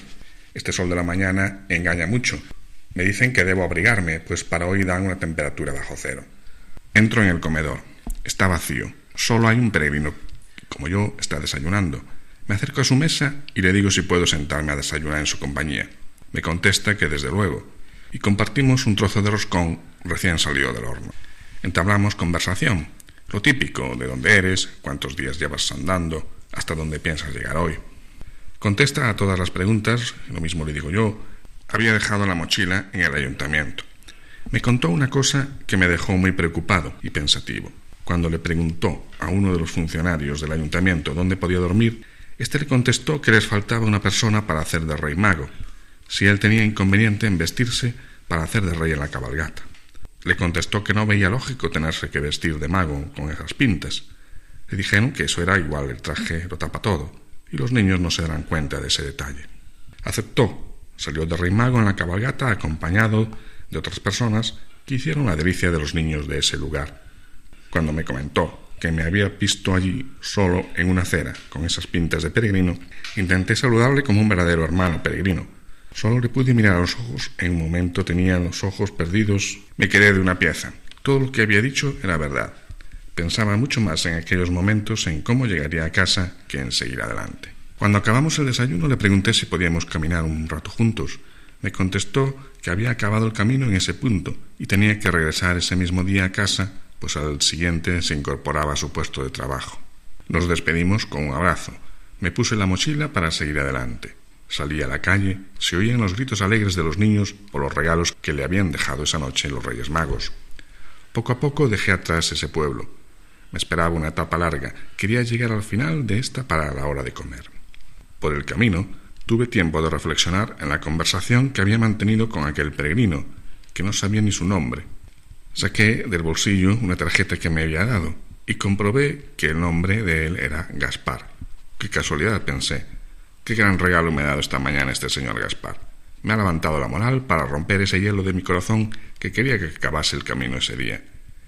Este sol de la mañana engaña mucho. Me dicen que debo abrigarme, pues para hoy dan una temperatura bajo cero. Entro en el comedor. Está vacío. Solo hay un peregrino que, como yo, está desayunando. Me acerco a su mesa y le digo si puedo sentarme a desayunar en su compañía. Me contesta que desde luego, y compartimos un trozo de roscón recién salido del horno. Entablamos conversación, lo típico, de dónde eres, cuántos días llevas andando, hasta dónde piensas llegar hoy. Contesta a todas las preguntas, lo mismo le digo yo. Había dejado la mochila en el ayuntamiento. Me contó una cosa que me dejó muy preocupado y pensativo. Cuando le preguntó a uno de los funcionarios del ayuntamiento dónde podía dormir, éste le contestó que les faltaba una persona para hacer de rey mago, si él tenía inconveniente en vestirse para hacer de rey en la cabalgata. Le contestó que no veía lógico tenerse que vestir de mago con esas pintas. Le dijeron que eso era igual, el traje lo tapa todo, y los niños no se darán cuenta de ese detalle. Aceptó. Salió de rey mago en la cabalgata acompañado de otras personas que hicieron la delicia de los niños de ese lugar. Cuando me comentó que me había visto allí solo en una acera con esas pintas de peregrino, intenté saludarle como un verdadero hermano peregrino. Solo le pude mirar a los ojos. En un momento tenía los ojos perdidos. Me quedé de una pieza. Todo lo que había dicho era verdad. Pensaba mucho más en aquellos momentos en cómo llegaría a casa que en seguir adelante. Cuando acabamos el desayuno le pregunté si podíamos caminar un rato juntos. Me contestó que había acabado el camino en ese punto y tenía que regresar ese mismo día a casa, pues al siguiente se incorporaba a su puesto de trabajo. Nos despedimos con un abrazo. Me puse la mochila para seguir adelante. Salí a la calle, se oían los gritos alegres de los niños por los regalos que le habían dejado esa noche los Reyes Magos. Poco a poco dejé atrás ese pueblo. Me esperaba una etapa larga. Quería llegar al final de esta para la hora de comer. Por el camino tuve tiempo de reflexionar en la conversación que había mantenido con aquel peregrino, que no sabía ni su nombre. Saqué del bolsillo una tarjeta que me había dado y comprobé que el nombre de él era Gaspar. Qué casualidad, pensé. Qué gran regalo me ha dado esta mañana este señor Gaspar. Me ha levantado la moral para romper ese hielo de mi corazón que quería que acabase el camino ese día.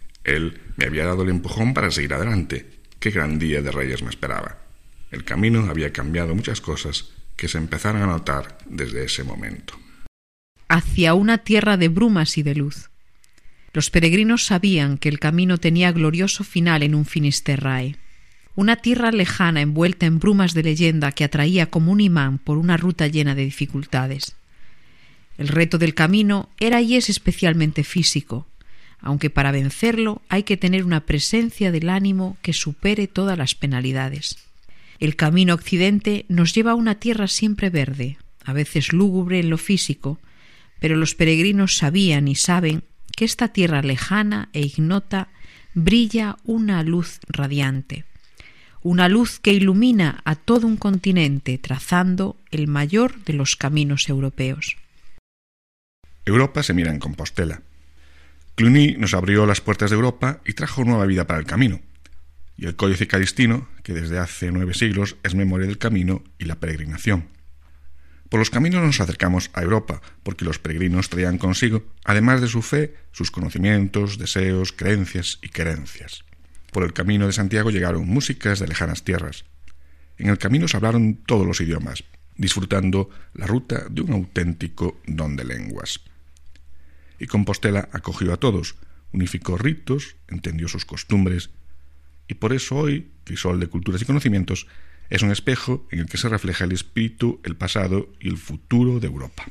Él me había dado el empujón para seguir adelante. Qué gran día de Reyes me esperaba. El camino había cambiado muchas cosas que se empezaron a notar desde ese momento. Hacia una tierra de brumas y de luz. Los peregrinos sabían que el camino tenía glorioso final en un Finisterrae. Una tierra lejana envuelta en brumas de leyenda que atraía como un imán por una ruta llena de dificultades. El reto del camino era y es especialmente físico, aunque para vencerlo hay que tener una presencia del ánimo que supere todas las penalidades. El camino occidente nos lleva a una tierra siempre verde, a veces lúgubre en lo físico, pero los peregrinos sabían y saben que esta tierra lejana e ignota brilla una luz radiante, una luz que ilumina a todo un continente trazando el mayor de los caminos europeos. Europa se mira en Compostela. Cluny nos abrió las puertas de Europa y trajo nueva vida para el camino. Y el Códice Calistino, que desde hace nueve siglos es memoria del camino y la peregrinación. Por los caminos nos acercamos a Europa, porque los peregrinos traían consigo, además de su fe, sus conocimientos, deseos, creencias y querencias. Por el camino de Santiago llegaron músicas de lejanas tierras. En el camino se hablaron todos los idiomas, disfrutando la ruta de un auténtico don de lenguas. Y Compostela acogió a todos, unificó ritos, entendió sus costumbres, y por eso hoy, crisol de culturas y conocimientos, es un espejo en el que se refleja el espíritu, el pasado y el futuro de Europa.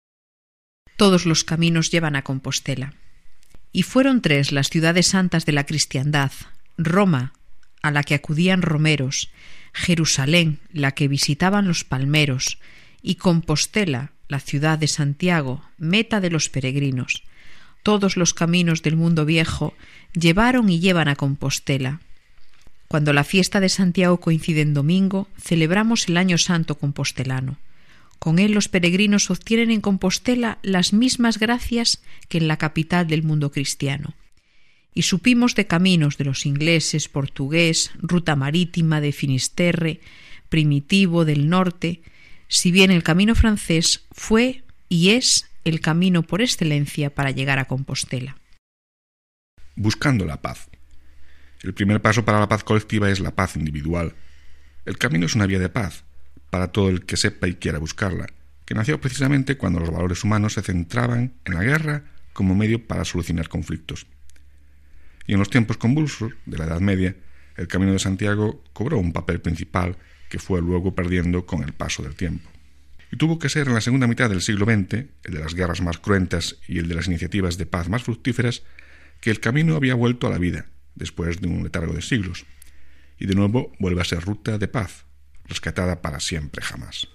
Todos los caminos llevan a Compostela. Y fueron tres las ciudades santas de la cristiandad: Roma, a la que acudían romeros; Jerusalén, la que visitaban los palmeros; y Compostela, la ciudad de Santiago, meta de los peregrinos. Todos los caminos del mundo viejo llevaron y llevan a Compostela. Cuando la fiesta de Santiago coincide en domingo, celebramos el Año Santo compostelano. Con él los peregrinos obtienen en Compostela las mismas gracias que en la capital del mundo cristiano. Y supimos de caminos de los ingleses, portugués, ruta marítima de Finisterre, primitivo del norte, si bien el camino francés fue y es el camino por excelencia para llegar a Compostela. Buscando la paz. El primer paso para la paz colectiva es la paz individual. El camino es una vía de paz para todo el que sepa y quiera buscarla, que nació precisamente cuando los valores humanos se centraban en la guerra como medio para solucionar conflictos. Y en los tiempos convulsos de la Edad Media, el Camino de Santiago cobró un papel principal que fue luego perdiendo con el paso del tiempo. Y tuvo que ser en la segunda mitad del siglo veinte, el de las guerras más cruentas y el de las iniciativas de paz más fructíferas, que el camino había vuelto a la vida, después de un letargo de siglos, y de nuevo vuelve a ser ruta de paz, rescatada para siempre jamás.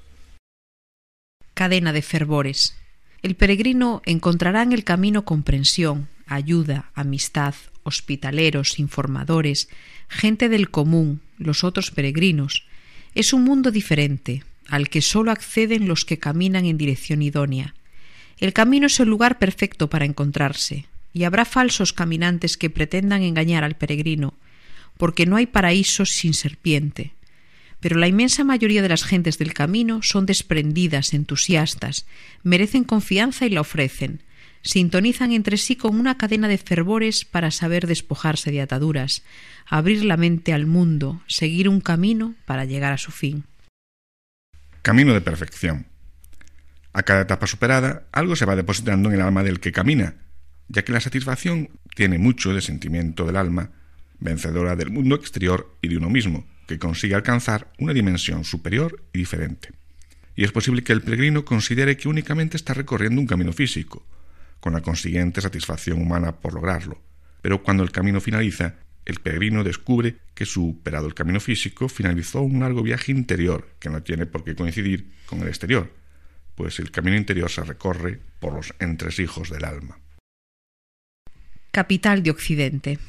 Cadena de fervores. El peregrino encontrará en el camino comprensión, ayuda, amistad, hospitaleros, informadores, gente del común, los otros peregrinos. Es un mundo diferente, al que sólo acceden los que caminan en dirección idónea. El camino es el lugar perfecto para encontrarse, y habrá falsos caminantes que pretendan engañar al peregrino, porque no hay paraíso sin serpiente. Pero la inmensa mayoría de las gentes del camino son desprendidas, entusiastas, merecen confianza y la ofrecen. Sintonizan entre sí con una cadena de fervores para saber despojarse de ataduras, abrir la mente al mundo, seguir un camino para llegar a su fin. Camino de perfección. A cada etapa superada, algo se va depositando en el alma del que camina, ya que la satisfacción tiene mucho de sentimiento del alma, vencedora del mundo exterior y de uno mismo, que consigue alcanzar una dimensión superior y diferente. Y es posible que el peregrino considere que únicamente está recorriendo un camino físico, con la consiguiente satisfacción humana por lograrlo. Pero cuando el camino finaliza, el peregrino descubre que, superado el camino físico, finalizó un largo viaje interior que no tiene por qué coincidir con el exterior, pues el camino interior se recorre por los entresijos del alma. Capital de Occidente.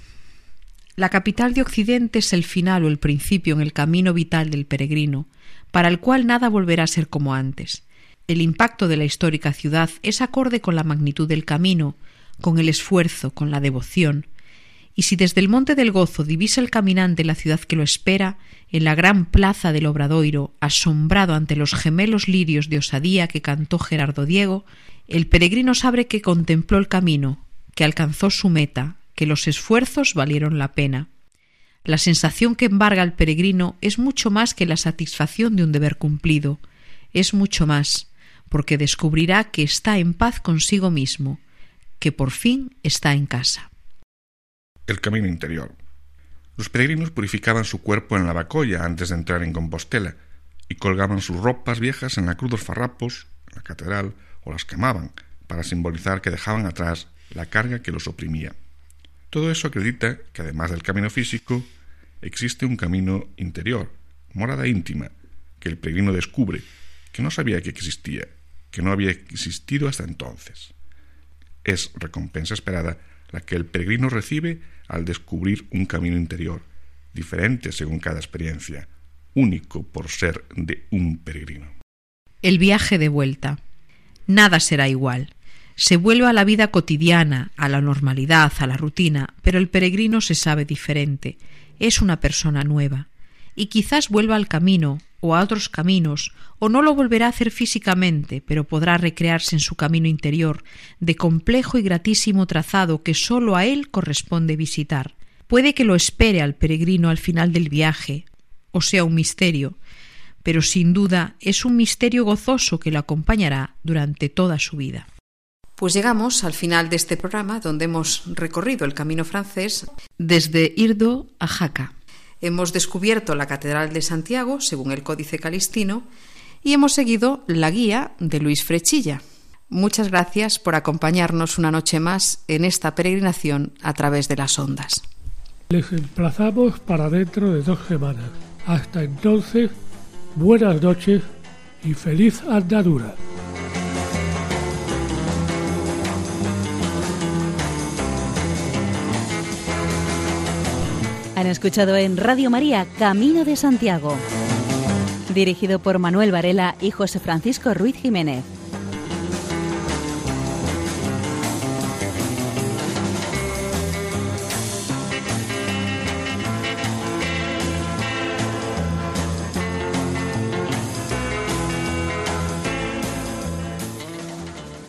La capital de Occidente es el final o el principio en el camino vital del peregrino, para el cual nada volverá a ser como antes. El impacto de la histórica ciudad es acorde con la magnitud del camino, con el esfuerzo, con la devoción. Y si desde el Monte del Gozo divisa el caminante la ciudad que lo espera, en la gran plaza del Obradoiro, asombrado ante los gemelos lirios de osadía que cantó Gerardo Diego, el peregrino sabe que contempló el camino, que alcanzó su meta, que los esfuerzos valieron la pena. La sensación que embarga al peregrino es mucho más que la satisfacción de un deber cumplido, es mucho más, porque descubrirá que está en paz consigo mismo, que por fin está en casa. El camino interior. Los peregrinos purificaban su cuerpo en la bacolla antes de entrar en Compostela y colgaban sus ropas viejas en la cruz dos farrapos, en la catedral, o las quemaban para simbolizar que dejaban atrás la carga que los oprimía. Todo eso acredita que además del camino físico, existe un camino interior, morada íntima, que el peregrino descubre, que no sabía que existía, que no había existido hasta entonces. Es recompensa esperada la que el peregrino recibe al descubrir un camino interior, diferente según cada experiencia, único por ser de un peregrino. El viaje de vuelta. Nada será igual. Se vuelve a la vida cotidiana, a la normalidad, a la rutina, pero el peregrino se sabe diferente, es una persona nueva, y quizás vuelva al camino, o a otros caminos, o no lo volverá a hacer físicamente, pero podrá recrearse en su camino interior, de complejo y gratísimo trazado que sólo a él corresponde visitar. Puede que lo espere al peregrino al final del viaje, o sea un misterio, pero sin duda es un misterio gozoso que lo acompañará durante toda su vida. Pues llegamos al final de este programa donde hemos recorrido el camino francés desde Irdo a Jaca. Hemos descubierto la Catedral de Santiago, según el Códice Calistino, y hemos seguido la guía de Luis Frechilla. Muchas gracias por acompañarnos una noche más en esta peregrinación a través de las ondas. Les emplazamos para dentro de dos semanas. Hasta entonces, buenas noches y feliz andadura. Han escuchado en Radio María Camino de Santiago, dirigido por Manuel Varela y José Francisco Ruiz Jiménez.